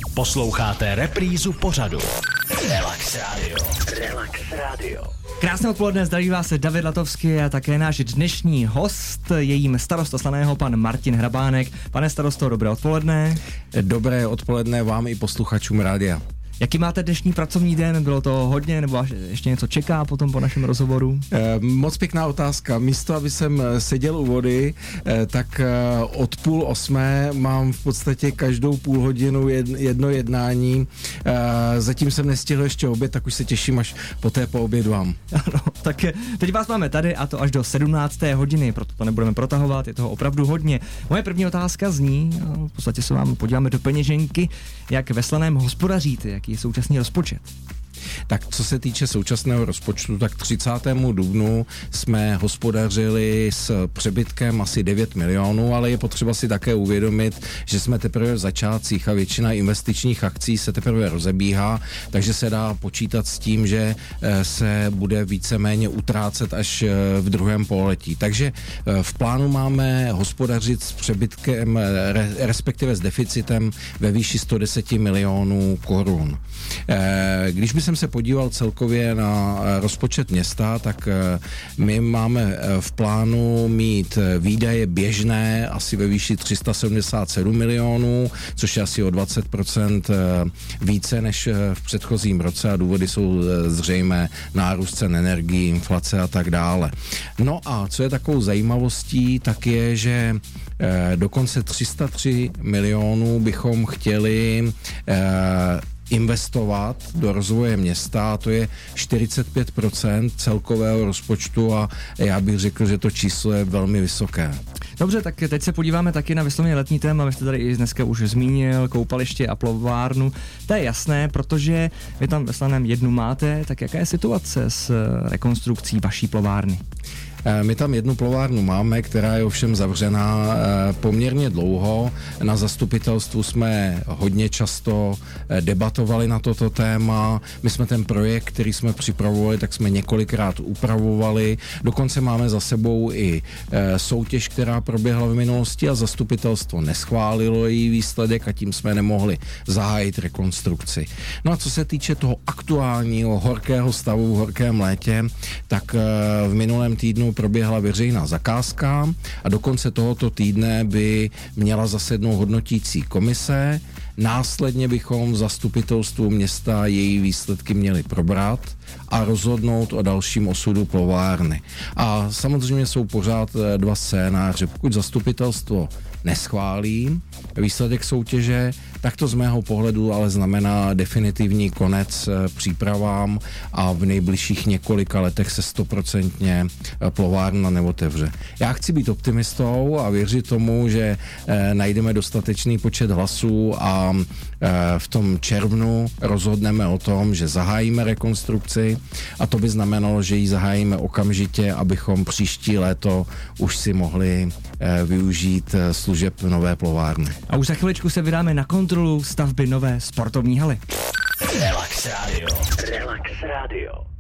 Posloucháte reprízu pořadu Relax Radio. Relax Radio. Krásné odpoledne, zdraví vás David Latovský a také náš dnešní host, jejím starostoslaného pan Martin Hrabánek. Pane starosto, dobré odpoledne. Dobré odpoledne vám i posluchačům rádia. Jaký máte dnešní pracovní den? Bylo to hodně, nebo ještě něco čeká potom po našem rozhovoru? Moc pěkná otázka. Místo, aby jsem seděl u vody, tak od 7:30 mám v podstatě každou půl hodinu jedno jednání. Zatím jsem nestihl ještě oběd, tak už se těším, až poté poobědvám. Ano, tak teď vás máme tady a to až do 17. hodiny, proto to nebudeme protahovat, je toho opravdu hodně. Moje první otázka zní, v podstatě se vám podíváme do peněženky, jak ve Slaném hospodaříte, jaký je současný rozpočet. Tak co se týče současného rozpočtu, tak 30. dubnu jsme hospodařili s přebytkem asi 9 milionů, ale je potřeba si také uvědomit, že jsme teprve v začátcích a většina investičních akcí se teprve rozebíhá, takže se dá počítat s tím, že se bude víceméně utrácet až v druhém pololetí. Takže v plánu máme hospodařit s přebytkem, respektive s deficitem ve výši 110 milionů korun. Když by jsem se podíval celkově na rozpočet města, tak my máme v plánu mít výdaje běžné asi ve výši 377 milionů, což je asi o 20% více než v předchozím roce a důvody jsou zřejmé: nárůst cen energií, inflace a tak dále. No a co je takovou zajímavostí, tak je, že dokonce 303 milionů bychom chtěli investovat do rozvoje města, a to je 45% celkového rozpočtu a já bych řekl, že to číslo je velmi vysoké. Dobře, tak teď se podíváme taky na vysloveně letní téma. Vy jste tady i dneska už zmínil koupaliště a plovárnu. To je jasné, protože vy tam ve Slaném jednu máte, tak jaká je situace s rekonstrukcí vaší plovárny? My tam jednu plovárnu máme, která je ovšem zavřená poměrně dlouho. Na zastupitelstvu jsme hodně často debatovali na toto téma. My jsme ten projekt, který jsme připravovali, tak jsme několikrát upravovali. Dokonce máme za sebou i soutěž, která proběhla v minulosti a zastupitelstvo neschválilo její výsledek a tím jsme nemohli zahájit rekonstrukci. No a co se týče toho aktuálního horkého stavu v horkém létě, tak v minulém týdnu proběhla veřejná zakázka a do konce tohoto týdne by měla zasednout hodnotící komise. Následně bychom v zastupitelstvu města její výsledky měli probrat a rozhodnout o dalším osudu plovárny. A samozřejmě jsou pořád dva scénáře. Pokud zastupitelstvo neschválí výsledek soutěže, tak to z mého pohledu ale znamená definitivní konec přípravám a v nejbližších několika letech se 100% plovárna neotevře. Já chci být optimistou a věřit tomu, že najdeme dostatečný počet hlasů a v tom červnu rozhodneme o tom, že zahájíme rekonstrukci a to by znamenalo, že ji zahájíme okamžitě, abychom příští léto už si mohli využít služeb nové plovárny. A už za chviličku se vydáme na kontrolu stavby nové sportovní haly. Relax Radio. Relax Radio.